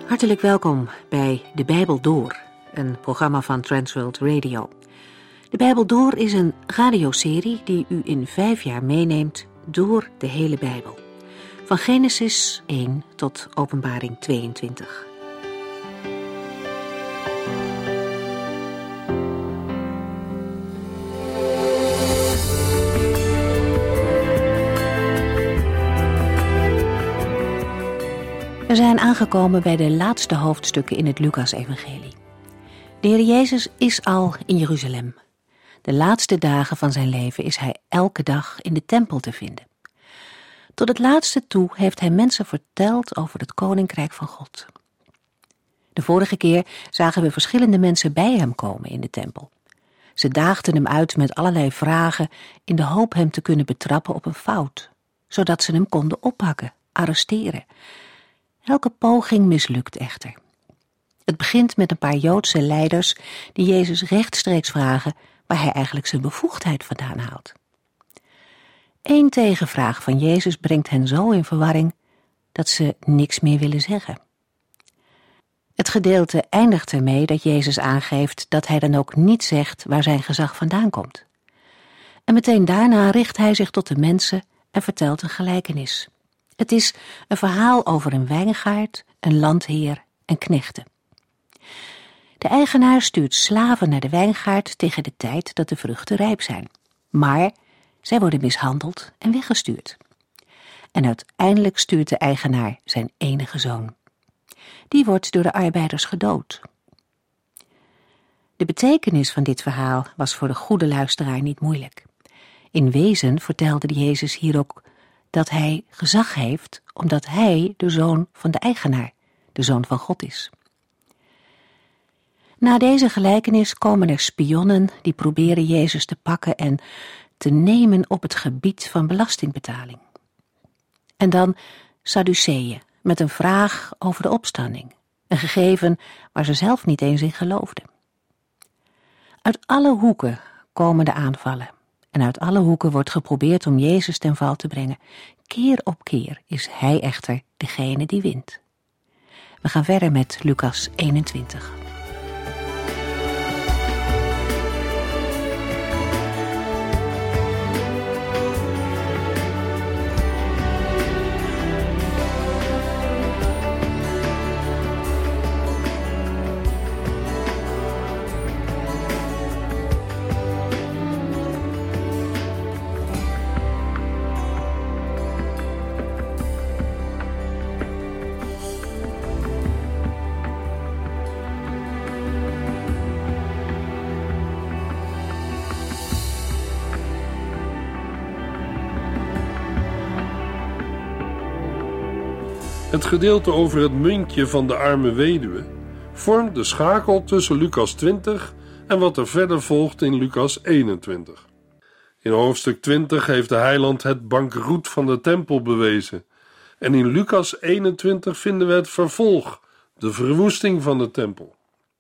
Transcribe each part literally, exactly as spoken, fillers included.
Hartelijk welkom bij De Bijbel Door, een programma van Transworld Radio. De Bijbel Door is een radioserie die u in vijf jaar meeneemt door de hele Bijbel. Van Genesis één tot Openbaring tweeëntwintig. We zijn aangekomen bij de laatste hoofdstukken in het Lucas-evangelie. De Heer Jezus is al in Jeruzalem. De laatste dagen van zijn leven is hij elke dag in de tempel te vinden. Tot het laatste toe heeft hij mensen verteld over het koninkrijk van God. De vorige keer zagen we verschillende mensen bij hem komen in de tempel. Ze daagden hem uit met allerlei vragen in de hoop hem te kunnen betrappen op een fout, zodat ze hem konden oppakken, arresteren. Elke poging mislukt echter. Het begint met een paar Joodse leiders die Jezus rechtstreeks vragen waar hij eigenlijk zijn bevoegdheid vandaan haalt. Eén tegenvraag van Jezus brengt hen zo in verwarring dat ze niks meer willen zeggen. Het gedeelte eindigt ermee dat Jezus aangeeft dat hij dan ook niet zegt waar zijn gezag vandaan komt. En meteen daarna richt hij zich tot de mensen en vertelt een gelijkenis. Het is een verhaal over een wijngaard, een landheer en knechten. De eigenaar stuurt slaven naar de wijngaard tegen de tijd dat de vruchten rijp zijn. Maar zij worden mishandeld en weggestuurd. En uiteindelijk stuurt de eigenaar zijn enige zoon. Die wordt door de arbeiders gedood. De betekenis van dit verhaal was voor de goede luisteraar niet moeilijk. In wezen vertelde Jezus hier ook dat hij gezag heeft omdat hij de zoon van de eigenaar, de zoon van God is. Na deze gelijkenis komen er spionnen die proberen Jezus te pakken en te nemen op het gebied van belastingbetaling. En dan Sadduceeën met een vraag over de opstanding, een gegeven waar ze zelf niet eens in geloofden. Uit alle hoeken komen de aanvallen. En uit alle hoeken wordt geprobeerd om Jezus ten val te brengen. Keer op keer is hij echter degene die wint. We gaan verder met Lucas eenentwintig. Het gedeelte over het muntje van de arme weduwe vormt de schakel tussen Lucas twintig en wat er verder volgt in Lucas eenentwintig. In hoofdstuk twintig heeft de heiland het bankroet van de tempel bewezen en in Lucas eenentwintig vinden we het vervolg, de verwoesting van de tempel.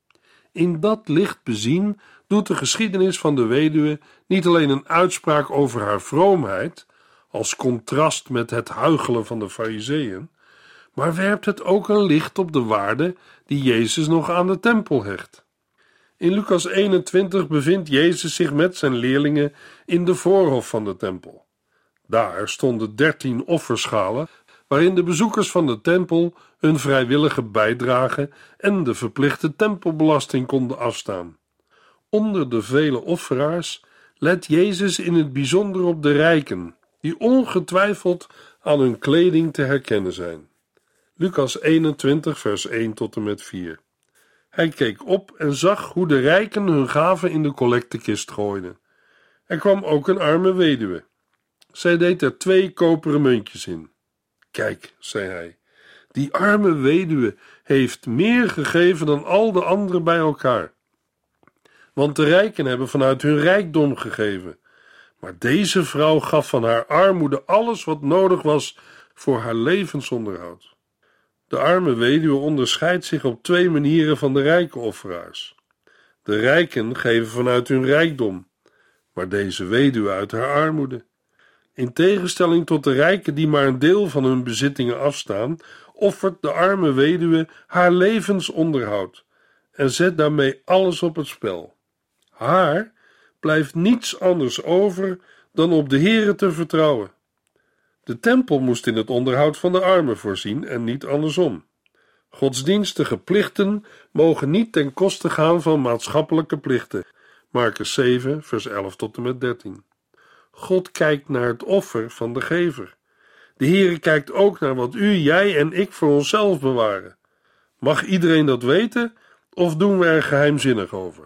In dat licht bezien doet de geschiedenis van de weduwe niet alleen een uitspraak over haar vroomheid, als contrast met het huichelen van de Farizeeën, maar werpt het ook een licht op de waarde die Jezus nog aan de tempel hecht. In Lucas eenentwintig bevindt Jezus zich met zijn leerlingen in de voorhof van de tempel. Daar stonden dertien offerschalen, waarin de bezoekers van de tempel hun vrijwillige bijdrage en de verplichte tempelbelasting konden afstaan. Onder de vele offeraars let Jezus in het bijzonder op de rijken, die ongetwijfeld aan hun kleding te herkennen zijn. Lucas eenentwintig, vers één tot en met vier. Hij keek op en zag hoe de rijken hun gaven in de collectekist gooiden. Er kwam ook een arme weduwe. Zij deed er twee koperen muntjes in. Kijk, zei hij, die arme weduwe heeft meer gegeven dan al de anderen bij elkaar. Want de rijken hebben vanuit hun rijkdom gegeven. Maar deze vrouw gaf van haar armoede alles wat nodig was voor haar levensonderhoud. De arme weduwe onderscheidt zich op twee manieren van de rijke offeraars. De rijken geven vanuit hun rijkdom, maar deze weduwe uit haar armoede. In tegenstelling tot de rijken die maar een deel van hun bezittingen afstaan, offert de arme weduwe haar levensonderhoud en zet daarmee alles op het spel. Haar blijft niets anders over dan op de Heere te vertrouwen. De tempel moest in het onderhoud van de armen voorzien en niet andersom. Godsdienstige plichten mogen niet ten koste gaan van maatschappelijke plichten. Markus zeven, vers elf tot en met dertien. God kijkt naar het offer van de gever. De Heere kijkt ook naar wat u, jij en ik voor onszelf bewaren. Mag iedereen dat weten, of doen we er geheimzinnig over?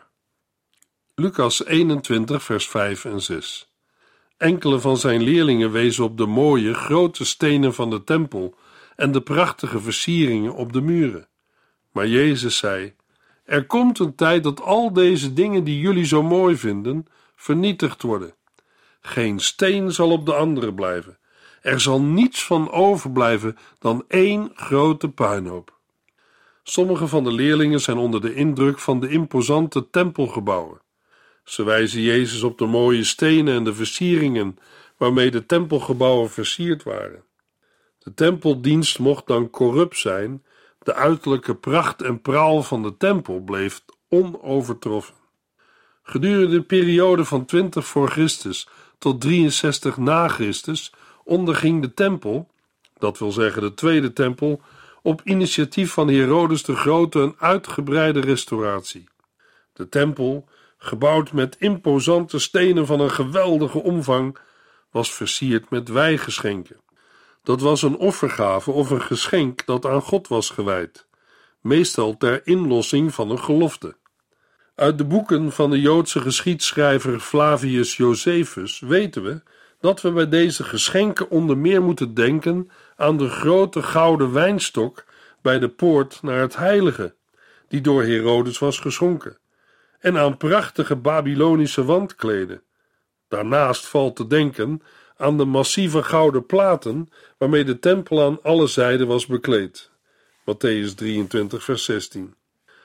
Lucas eenentwintig, vers vijf en zes. Enkele van zijn leerlingen wezen op de mooie, grote stenen van de tempel en de prachtige versieringen op de muren. Maar Jezus zei: er komt een tijd dat al deze dingen die jullie zo mooi vinden, vernietigd worden. Geen steen zal op de andere blijven. Er zal niets van overblijven dan één grote puinhoop. Sommige van de leerlingen zijn onder de indruk van de imposante tempelgebouwen. Ze wijzen Jezus op de mooie stenen en de versieringen waarmee de tempelgebouwen versierd waren. De tempeldienst mocht dan corrupt zijn, de uiterlijke pracht en praal van de tempel bleef onovertroffen. Gedurende de periode van twintig voor Christus tot drieënzestig na Christus onderging de tempel, dat wil zeggen de tweede tempel, op initiatief van Herodes de Grote een uitgebreide restauratie. De tempel, gebouwd met imposante stenen van een geweldige omvang, was versierd met wijgeschenken. Dat was een offergave of een geschenk dat aan God was gewijd, meestal ter inlossing van een gelofte. Uit de boeken van de Joodse geschiedschrijver Flavius Josephus weten we dat we bij deze geschenken onder meer moeten denken aan de grote gouden wijnstok bij de poort naar het heilige, die door Herodes was geschonken, en aan prachtige Babylonische wandkleden. Daarnaast valt te denken aan de massieve gouden platen waarmee de tempel aan alle zijden was bekleed. Mattheüs drieëntwintig, vers zestien.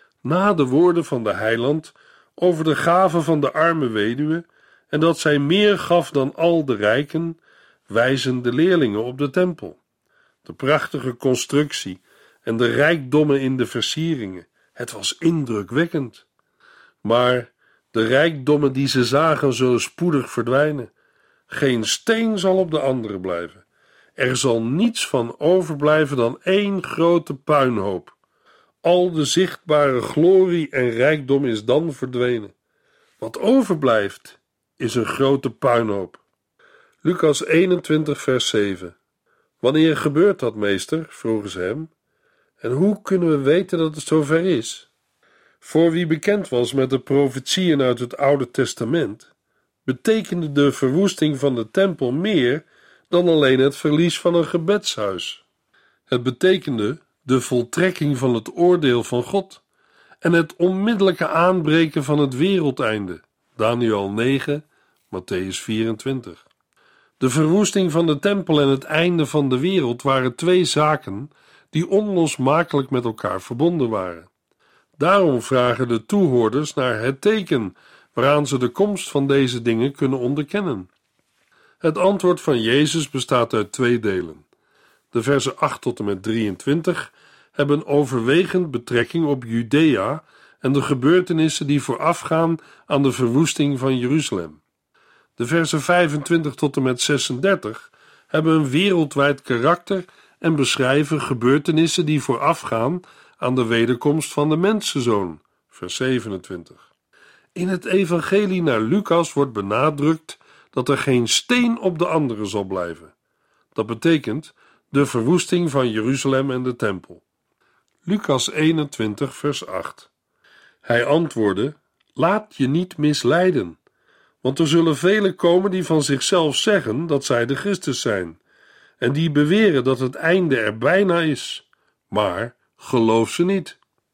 Na de woorden van de heiland over de gave van de arme weduwe en dat zij meer gaf dan al de rijken, wijzen de leerlingen op de tempel. De prachtige constructie en de rijkdommen in de versieringen, het was indrukwekkend. Maar de rijkdommen die ze zagen zullen spoedig verdwijnen. Geen steen zal op de andere blijven. Er zal niets van overblijven dan één grote puinhoop. Al de zichtbare glorie en rijkdom is dan verdwenen. Wat overblijft is een grote puinhoop. Lucas eenentwintig, vers zeven. Wanneer gebeurt dat, meester? Vroegen ze hem. En hoe kunnen we weten dat het zover is? Voor wie bekend was met de profetieën uit het Oude Testament, betekende de verwoesting van de tempel meer dan alleen het verlies van een gebedshuis. Het betekende de voltrekking van het oordeel van God en het onmiddellijke aanbreken van het wereldeinde. Daniël negen, Mattheüs vierentwintig. De verwoesting van de tempel en het einde van de wereld waren twee zaken die onlosmakelijk met elkaar verbonden waren. Daarom vragen de toehoorders naar het teken waaraan ze de komst van deze dingen kunnen onderkennen. Het antwoord van Jezus bestaat uit twee delen. De versen acht tot en met drieëntwintig hebben overwegend betrekking op Judea en de gebeurtenissen die voorafgaan aan de verwoesting van Jeruzalem. De versen vijfentwintig tot en met zesendertig hebben een wereldwijd karakter en beschrijven gebeurtenissen die voorafgaan aan de wederkomst van de mensenzoon, vers zevenentwintig. In het evangelie naar Lucas wordt benadrukt dat er geen steen op de andere zal blijven. Dat betekent de verwoesting van Jeruzalem en de tempel. Lucas eenentwintig, vers acht. Hij antwoordde: laat je niet misleiden, want er zullen velen komen die van zichzelf zeggen dat zij de Christus zijn, en die beweren dat het einde er bijna is. Maar geloof ze niet.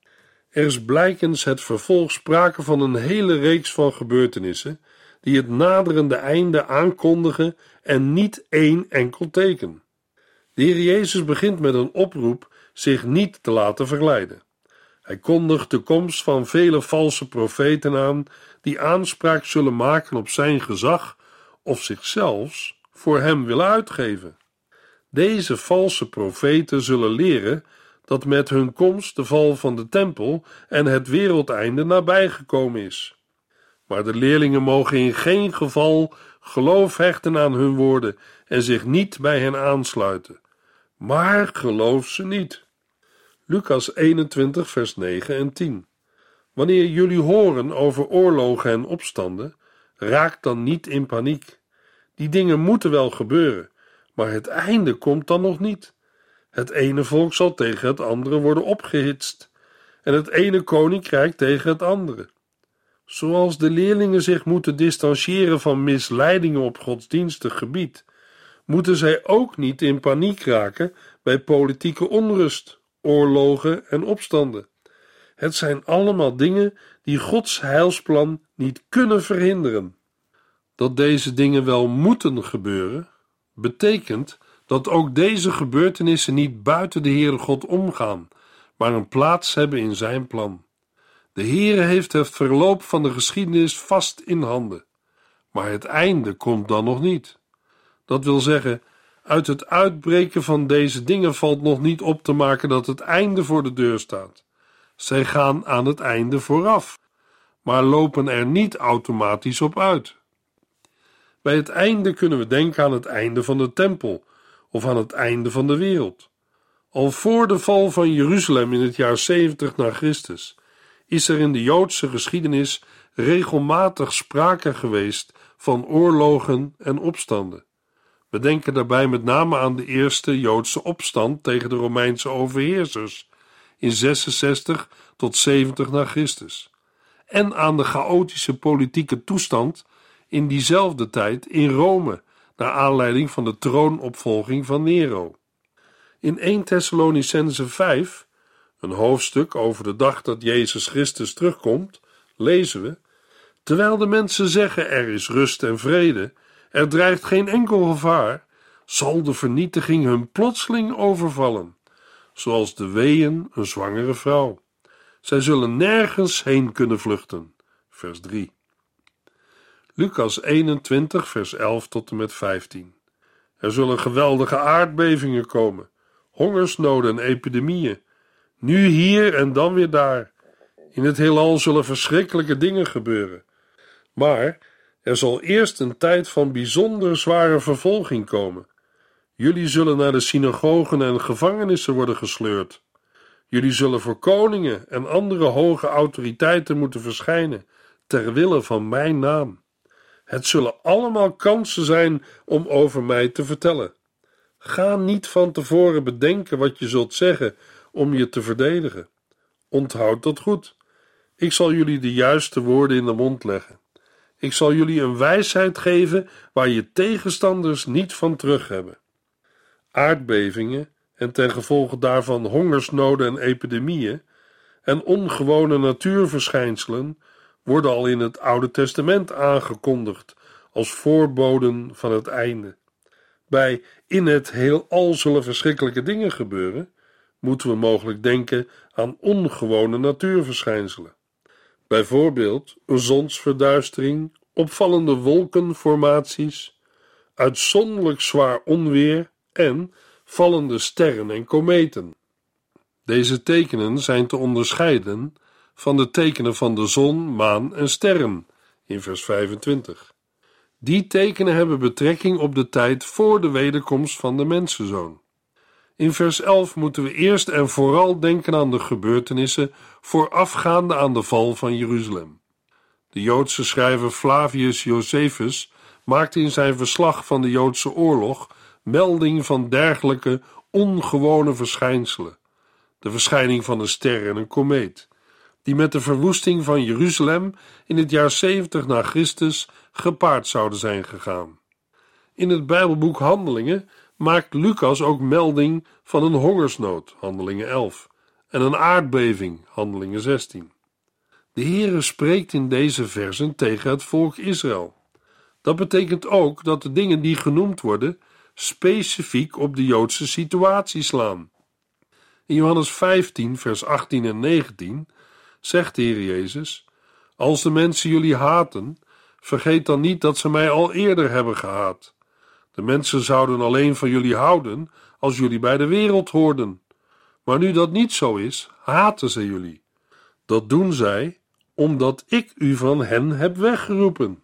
Er is blijkens het vervolg sprake van een hele reeks van gebeurtenissen die het naderende einde aankondigen en niet één enkel teken. De Heer Jezus begint met een oproep zich niet te laten verleiden. Hij kondigt de komst van vele valse profeten aan die aanspraak zullen maken op zijn gezag of zichzelf voor hem willen uitgeven. Deze valse profeten zullen leren dat met hun komst de val van de tempel en het wereldeinde nabijgekomen is. Maar de leerlingen mogen in geen geval geloof hechten aan hun woorden en zich niet bij hen aansluiten. Maar geloof ze niet. Lucas eenentwintig vers negen en tien. Wanneer jullie horen over oorlogen en opstanden, raak dan niet in paniek. Die dingen moeten wel gebeuren, maar het einde komt dan nog niet. Het ene volk zal tegen het andere worden opgehitst en het ene koninkrijk tegen het andere. Zoals de leerlingen zich moeten distancieren van misleidingen op godsdienstig gebied, moeten zij ook niet in paniek raken bij politieke onrust, oorlogen en opstanden. Het zijn allemaal dingen die Gods heilsplan niet kunnen verhinderen. Dat deze dingen wel moeten gebeuren, betekent dat ook deze gebeurtenissen niet buiten de Heere God omgaan, maar een plaats hebben in zijn plan. De Heere heeft het verloop van de geschiedenis vast in handen, maar het einde komt dan nog niet. Dat wil zeggen, uit het uitbreken van deze dingen valt nog niet op te maken dat het einde voor de deur staat. Zij gaan aan het einde vooraf, maar lopen er niet automatisch op uit. Bij het einde kunnen we denken aan het einde van de tempel of aan het einde van de wereld. Al voor de val van Jeruzalem in het jaar zeventig na Christus is er in de Joodse geschiedenis regelmatig sprake geweest van oorlogen en opstanden. We denken daarbij met name aan de eerste Joodse opstand tegen de Romeinse overheersers in zesenzestig tot zeventig na Christus en aan de chaotische politieke toestand in diezelfde tijd in Rome naar aanleiding van de troonopvolging van Nero. In eerste Thessalonicenzen vijf, een hoofdstuk over de dag dat Jezus Christus terugkomt, lezen we: terwijl de mensen zeggen er is rust en vrede, er dreigt geen enkel gevaar, zal de vernietiging hun plotseling overvallen, zoals de weeën een zwangere vrouw. Zij zullen nergens heen kunnen vluchten. Vers drie. Lucas eenentwintig vers elf tot en met vijftien. Er zullen geweldige aardbevingen komen, hongersnoden en epidemieën, nu hier en dan weer daar. In het heelal zullen verschrikkelijke dingen gebeuren. Maar er zal eerst een tijd van bijzonder zware vervolging komen. Jullie zullen naar de synagogen en gevangenissen worden gesleurd. Jullie zullen voor koningen en andere hoge autoriteiten moeten verschijnen, ter wille van mijn naam. Het zullen allemaal kansen zijn om over mij te vertellen. Ga niet van tevoren bedenken wat je zult zeggen om je te verdedigen. Onthoud dat goed. Ik zal jullie de juiste woorden in de mond leggen. Ik zal jullie een wijsheid geven waar je tegenstanders niet van terug hebben. Aardbevingen en ten gevolge daarvan hongersnoden en epidemieën en ongewone natuurverschijnselen worden al in het Oude Testament aangekondigd als voorboden van het einde. Bij in het heelal zullen verschrikkelijke dingen gebeuren, moeten we mogelijk denken aan ongewone natuurverschijnselen. Bijvoorbeeld een zonsverduistering, opvallende wolkenformaties, uitzonderlijk zwaar onweer en vallende sterren en kometen. Deze tekenen zijn te onderscheiden van de tekenen van de zon, maan en sterren in vers vijfentwintig. Die tekenen hebben betrekking op de tijd voor de wederkomst van de mensenzoon. In vers elf moeten we eerst en vooral denken aan de gebeurtenissen voorafgaande aan de val van Jeruzalem. De Joodse schrijver Flavius Josephus maakte in zijn verslag van de Joodse oorlog melding van dergelijke ongewone verschijnselen. De verschijning van een ster en een komeet, die met de verwoesting van Jeruzalem in het jaar zeventig na Christus gepaard zouden zijn gegaan. In het Bijbelboek Handelingen maakt Lucas ook melding van een hongersnood, Handelingen elf, en een aardbeving, Handelingen zestien. De Heere spreekt in deze versen tegen het volk Israël. Dat betekent ook dat de dingen die genoemd worden specifiek op de Joodse situatie slaan. In Johannes vijftien, vers achttien en negentien zegt de Heer Jezus: als de mensen jullie haten, vergeet dan niet dat ze mij al eerder hebben gehaat. De mensen zouden alleen van jullie houden als jullie bij de wereld hoorden. Maar nu dat niet zo is, haten ze jullie. Dat doen zij omdat ik u van hen heb weggeroepen.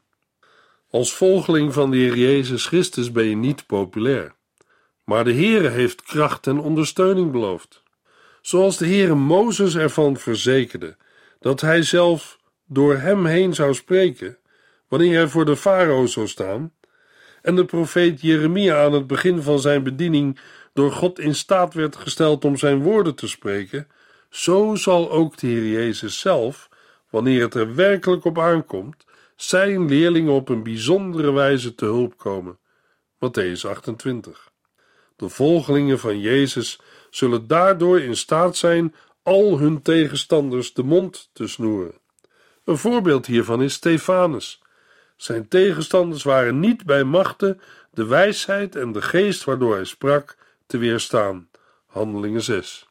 Als volgeling van de Heer Jezus Christus ben je niet populair. Maar de Heere heeft kracht en ondersteuning beloofd. Zoals de Heere Mozes ervan verzekerde dat hij zelf door hem heen zou spreken, wanneer hij voor de farao zou staan, en de profeet Jeremia aan het begin van zijn bediening door God in staat werd gesteld om zijn woorden te spreken, zo zal ook de Heer Jezus zelf, wanneer het er werkelijk op aankomt, zijn leerlingen op een bijzondere wijze te hulp komen. Mattheüs achtentwintig. De volgelingen van Jezus zullen daardoor in staat zijn al hun tegenstanders de mond te snoeren. Een voorbeeld hiervan is Stefanus. Zijn tegenstanders waren niet bij machte de wijsheid en de geest waardoor hij sprak te weerstaan. Handelingen zes.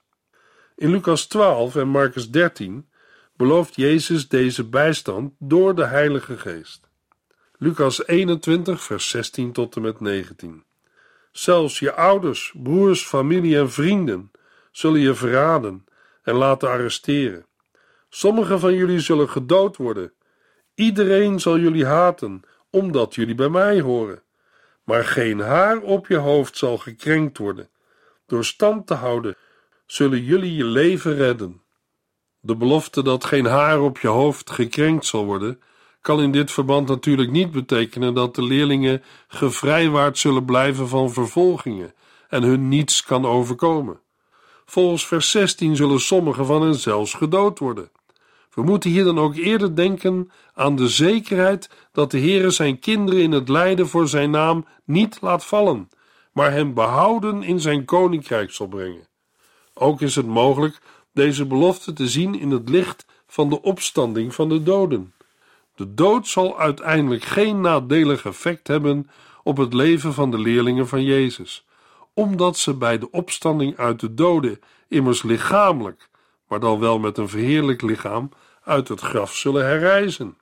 In Lucas twaalf en Marcus dertien belooft Jezus deze bijstand door de Heilige Geest. Lucas eenentwintig vers zestien tot en met negentien. Zelfs je ouders, broers, familie en vrienden zullen je verraden en laten arresteren. Sommigen van jullie zullen gedood worden. Iedereen zal jullie haten, omdat jullie bij mij horen. Maar geen haar op je hoofd zal gekrenkt worden. Door stand te houden, zullen jullie je leven redden. De belofte dat geen haar op je hoofd gekrenkt zal worden, kan in dit verband natuurlijk niet betekenen dat de leerlingen gevrijwaard zullen blijven van vervolgingen en hun niets kan overkomen. Volgens vers zestien zullen sommigen van hen zelfs gedood worden. We moeten hier dan ook eerder denken aan de zekerheid dat de Heere zijn kinderen in het lijden voor zijn naam niet laat vallen, maar hen behouden in zijn koninkrijk zal brengen. Ook is het mogelijk deze belofte te zien in het licht van de opstanding van de doden. De dood zal uiteindelijk geen nadelig effect hebben op het leven van de leerlingen van Jezus, omdat ze bij de opstanding uit de doden immers lichamelijk, maar dan wel met een verheerlijk lichaam, uit het graf zullen herrijzen.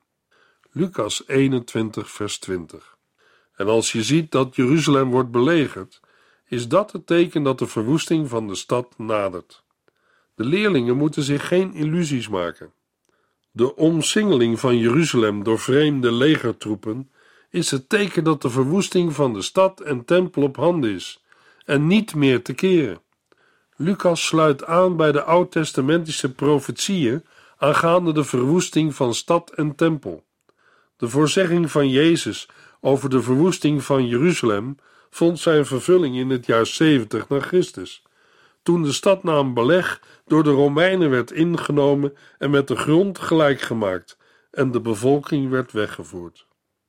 Lucas eenentwintig vers twintig. En als je ziet dat Jeruzalem wordt belegerd, is dat het teken dat de verwoesting van de stad nadert. De leerlingen moeten zich geen illusies maken. De omsingeling van Jeruzalem door vreemde legertroepen is het teken dat de verwoesting van de stad en tempel op handen is en niet meer te keren. Lucas sluit aan bij de oud-testamentische profetieën aangaande de verwoesting van stad en tempel. De voorzegging van Jezus over de verwoesting van Jeruzalem vond zijn vervulling in het jaar zeventig na Christus, toen de stad na een beleg door de Romeinen werd ingenomen en met de grond gelijk gemaakt en de bevolking werd weggevoerd.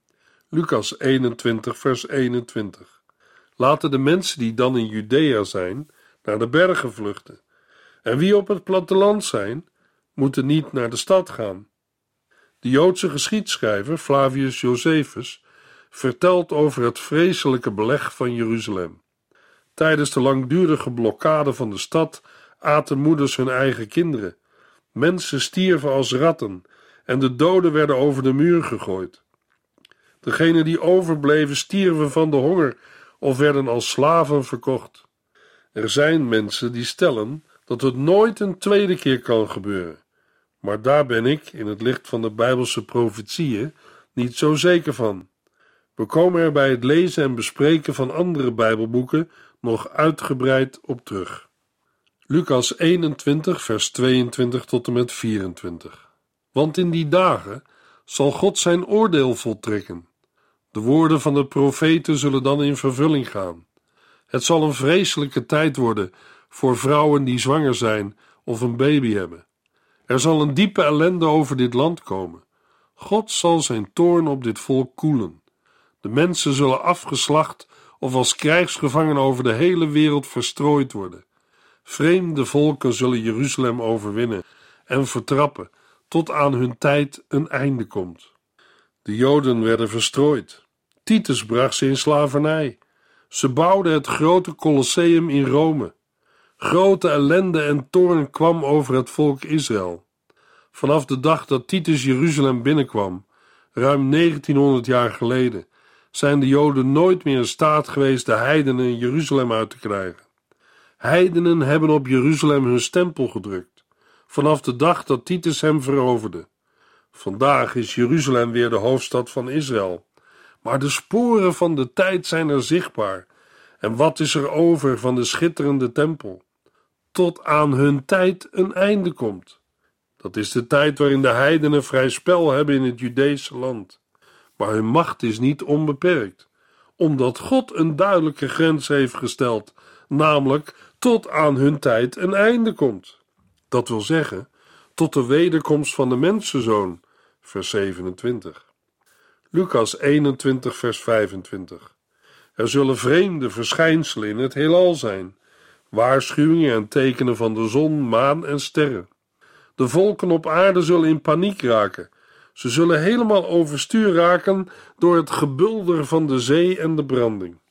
Lucas eenentwintig vers eenentwintig. Laten de mensen die dan in Judea zijn, naar de bergen vluchten. En wie op het platteland zijn, moeten niet naar de stad gaan. De Joodse geschiedschrijver Flavius Josephus vertelt over het vreselijke beleg van Jeruzalem. Tijdens de langdurige blokkade van de stad aten moeders hun eigen kinderen. Mensen stierven als ratten en de doden werden over de muur gegooid. Degenen die overbleven stierven van de honger of werden als slaven verkocht. Er zijn mensen die stellen dat het nooit een tweede keer kan gebeuren. Maar daar ben ik, in het licht van de Bijbelse profetieën, niet zo zeker van. We komen er bij het lezen en bespreken van andere Bijbelboeken nog uitgebreid op terug. Lucas eenentwintig, vers tweeëntwintig tot en met vierentwintig. Want in die dagen zal God zijn oordeel voltrekken. De woorden van de profeten zullen dan in vervulling gaan. Het zal een vreselijke tijd worden voor vrouwen die zwanger zijn of een baby hebben. Er zal een diepe ellende over dit land komen. God zal zijn toorn op dit volk koelen. De mensen zullen afgeslacht of als krijgsgevangen over de hele wereld verstrooid worden. Vreemde volken zullen Jeruzalem overwinnen en vertrappen, tot aan hun tijd een einde komt. De Joden werden verstrooid. Titus bracht ze in slavernij. Ze bouwden het grote Colosseum in Rome. Grote ellende en toorn kwam over het volk Israël. Vanaf de dag dat Titus Jeruzalem binnenkwam, ruim negentienhonderd jaar geleden, zijn de Joden nooit meer in staat geweest de heidenen in Jeruzalem uit te krijgen. Heidenen hebben op Jeruzalem hun stempel gedrukt, vanaf de dag dat Titus hem veroverde. Vandaag is Jeruzalem weer de hoofdstad van Israël, maar de sporen van de tijd zijn er zichtbaar. En wat is er over van de schitterende tempel? Tot aan hun tijd een einde komt. Dat is de tijd waarin de heidenen vrij spel hebben in het Judeese land. Maar hun macht is niet onbeperkt, omdat God een duidelijke grens heeft gesteld, namelijk tot aan hun tijd een einde komt. Dat wil zeggen, tot de wederkomst van de mensenzoon, vers zevenentwintig. Lucas eenentwintig, vers vijfentwintig. Er zullen vreemde verschijnselen in het heelal zijn, waarschuwingen en tekenen van de zon, maan en sterren. De volken op aarde zullen in paniek raken. Ze zullen helemaal overstuur raken door het gebulder van de zee en de branding.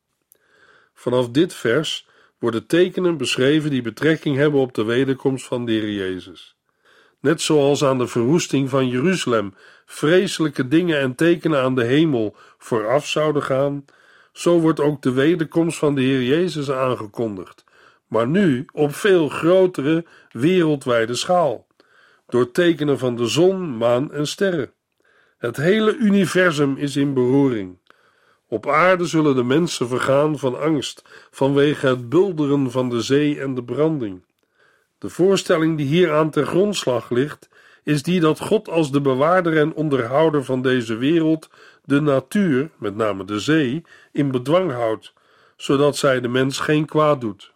Vanaf dit vers worden tekenen beschreven die betrekking hebben op de wederkomst van de Heer Jezus. Net zoals aan de verwoesting van Jeruzalem vreselijke dingen en tekenen aan de hemel vooraf zouden gaan, zo wordt ook de wederkomst van de Heer Jezus aangekondigd, maar nu op veel grotere wereldwijde schaal, door tekenen van de zon, maan en sterren. Het hele universum is in beroering. Op aarde zullen de mensen vergaan van angst vanwege het bulderen van de zee en de branding. De voorstelling die hieraan ten grondslag ligt, is die dat God als de bewaarder en onderhouder van deze wereld de natuur, met name de zee, in bedwang houdt, zodat zij de mens geen kwaad doet.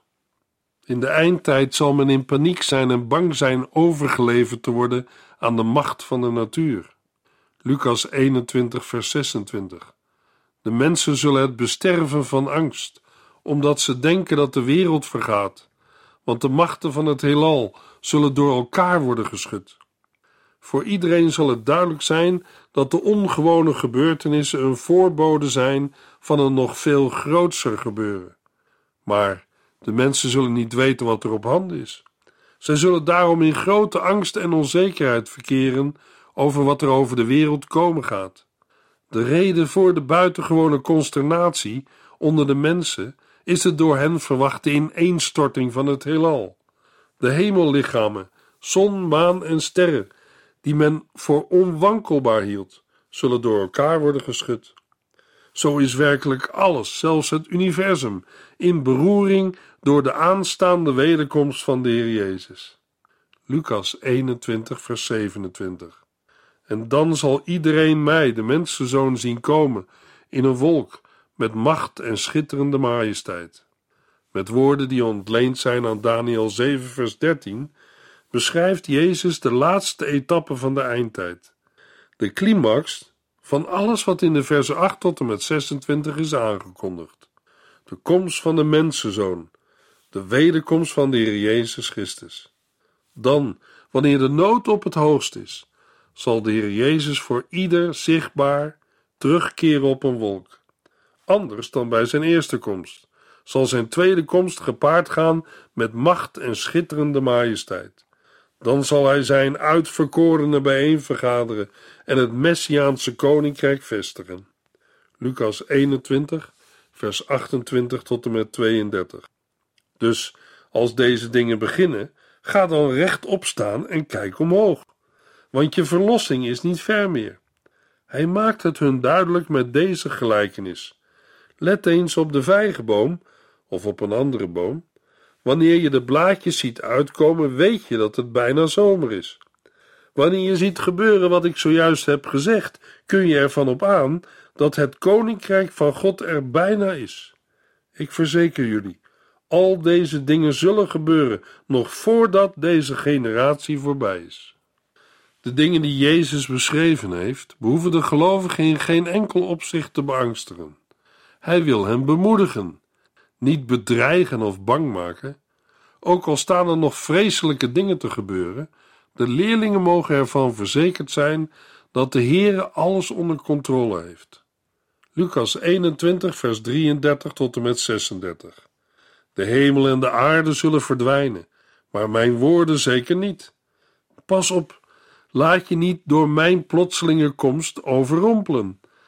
In de eindtijd zal men in paniek zijn en bang zijn overgeleverd te worden aan de macht van de natuur. Lucas eenentwintig, vers zesentwintig. De mensen zullen het besterven van angst, omdat ze denken dat de wereld vergaat, want de machten van het heelal zullen door elkaar worden geschud. Voor iedereen zal het duidelijk zijn dat de ongewone gebeurtenissen een voorbode zijn van een nog veel grootser gebeuren. Maar de mensen zullen niet weten wat er op handen is. Zij zullen daarom in grote angst en onzekerheid verkeren over wat er over de wereld komen gaat. De reden voor de buitengewone consternatie onder de mensen is de door hen verwachte ineenstorting van het heelal. De hemellichamen, zon, maan en sterren, die men voor onwankelbaar hield, zullen door elkaar worden geschud. Zo is werkelijk alles, zelfs het universum, in beroering door de aanstaande wederkomst van de Heer Jezus. Lucas eenentwintig, vers zevenentwintig. En dan zal iedereen mij, de mensenzoon, zien komen in een wolk met macht en schitterende majesteit. Met woorden die ontleend zijn aan Daniël zeven, vers dertien, beschrijft Jezus de laatste etappe van de eindtijd. De climax van alles wat in de versen acht tot en met zesentwintig is aangekondigd. De komst van de mensenzoon, de wederkomst van de Heer Jezus Christus. Dan, wanneer de nood op het hoogst is, zal de Heer Jezus voor ieder zichtbaar terugkeren op een wolk. Anders dan bij zijn eerste komst, zal zijn tweede komst gepaard gaan met macht en schitterende majesteit. Dan zal hij zijn uitverkorenen bijeenvergaderen en het Messiaanse koninkrijk vestigen. Lucas eenentwintig, vers achtentwintig tot en met tweeëndertig. Dus als deze dingen beginnen, ga dan rechtop staan en kijk omhoog, want je verlossing is niet ver meer. Hij maakt het hun duidelijk met deze gelijkenis. Let eens op de vijgenboom of op een andere boom. Wanneer je de blaadjes ziet uitkomen, weet je dat het bijna zomer is. Wanneer je ziet gebeuren wat ik zojuist heb gezegd, kun je ervan op aan dat het koninkrijk van God er bijna is. Ik verzeker jullie, al deze dingen zullen gebeuren nog voordat deze generatie voorbij is. De dingen die Jezus beschreven heeft, behoeven de gelovigen in geen enkel opzicht te beangstigen. Hij wil hen bemoedigen, niet bedreigen of bang maken. Ook al staan er nog vreselijke dingen te gebeuren, de leerlingen mogen ervan verzekerd zijn dat de Heere alles onder controle heeft. Lucas eenentwintig, vers drieëndertig tot en met zesendertig. De hemel en de aarde zullen verdwijnen, maar mijn woorden zeker niet. Pas op, laat je niet door mijn plotselinge komst overrompelen.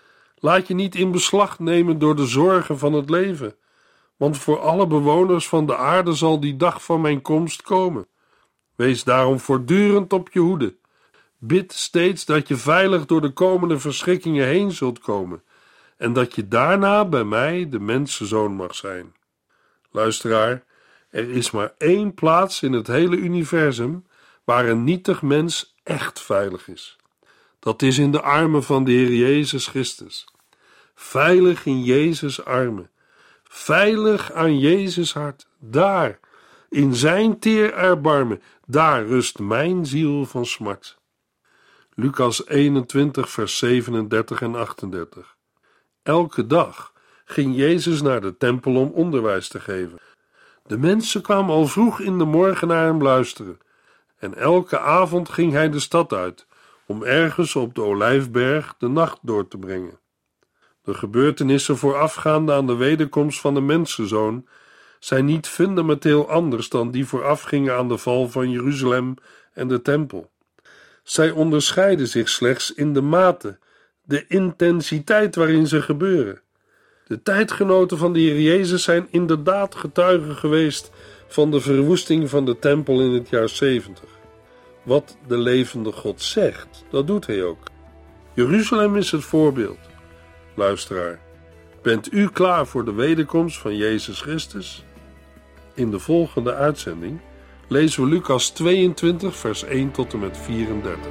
Laat je niet in beslag nemen door de zorgen van het leven, want voor alle bewoners van de aarde zal die dag van mijn komst komen. Wees daarom voortdurend op je hoede. Bid steeds dat je veilig door de komende verschrikkingen heen zult komen en dat je daarna bij mij de mensenzoon mag zijn. Luisteraar, er is maar één plaats in het hele universum waar een nietig mens echt veilig is. Dat is in de armen van de Heer Jezus Christus. Veilig in Jezus' armen. Veilig aan Jezus' hart. Daar, in zijn teer erbarmen, daar rust mijn ziel van smart. Lucas eenentwintig, vers zevenendertig en achtendertig. Elke dag ging Jezus naar de tempel om onderwijs te geven. De mensen kwamen al vroeg in de morgen naar hem luisteren. En elke avond ging hij de stad uit, om ergens op de Olijfberg de nacht door te brengen. De gebeurtenissen voorafgaande aan de wederkomst van de mensenzoon zijn niet fundamenteel anders dan die voorafgingen aan de val van Jeruzalem en de tempel. Zij onderscheiden zich slechts in de mate, de intensiteit waarin ze gebeuren. De tijdgenoten van de Heer Jezus zijn inderdaad getuigen geweest van de verwoesting van de tempel in het jaar zeventig. Wat de levende God zegt, dat doet hij ook. Jeruzalem is het voorbeeld. Luisteraar, bent u klaar voor de wederkomst van Jezus Christus? In de volgende uitzending lezen we Lucas tweeëntwintig, vers één tot en met vierendertig.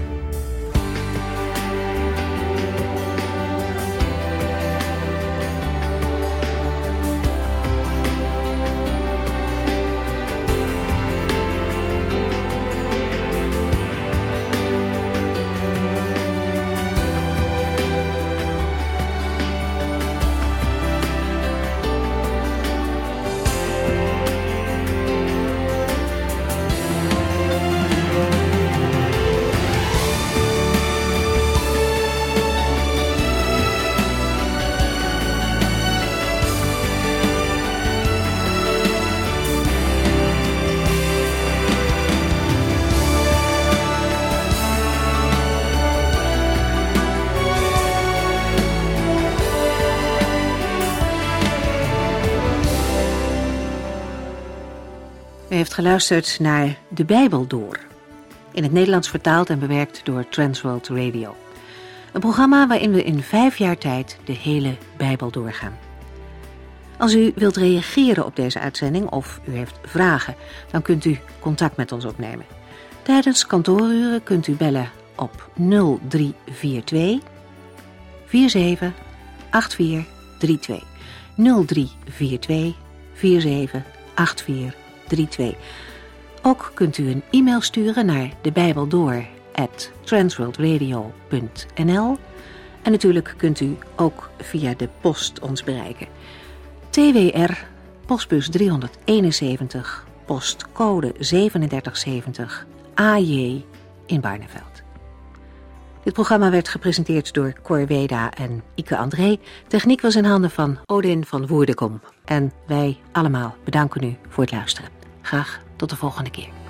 U heeft geluisterd naar De Bijbel Door, in het Nederlands vertaald en bewerkt door Transworld Radio. Een programma waarin we in vijf jaar tijd de hele Bijbel doorgaan. Als u wilt reageren op deze uitzending of u heeft vragen, dan kunt u contact met ons opnemen. Tijdens kantooruren kunt u bellen op nul drie vier twee, vier zeven acht vier drie twee. nul drie vier twee, vier zeven acht vier drie twee. Ook kunt u een e-mail sturen naar debijbeldoor at transworldradio punt n l en natuurlijk kunt u ook via de post ons bereiken. T W R, postbus driehonderdeenenzeventig, postcode zevenendertig zeventig, A J in Barneveld. Dit programma werd gepresenteerd door Cor Weda en Ike André. Techniek was in handen van Odin van Woerdekom. En wij allemaal bedanken u voor het luisteren. Graag tot de volgende keer.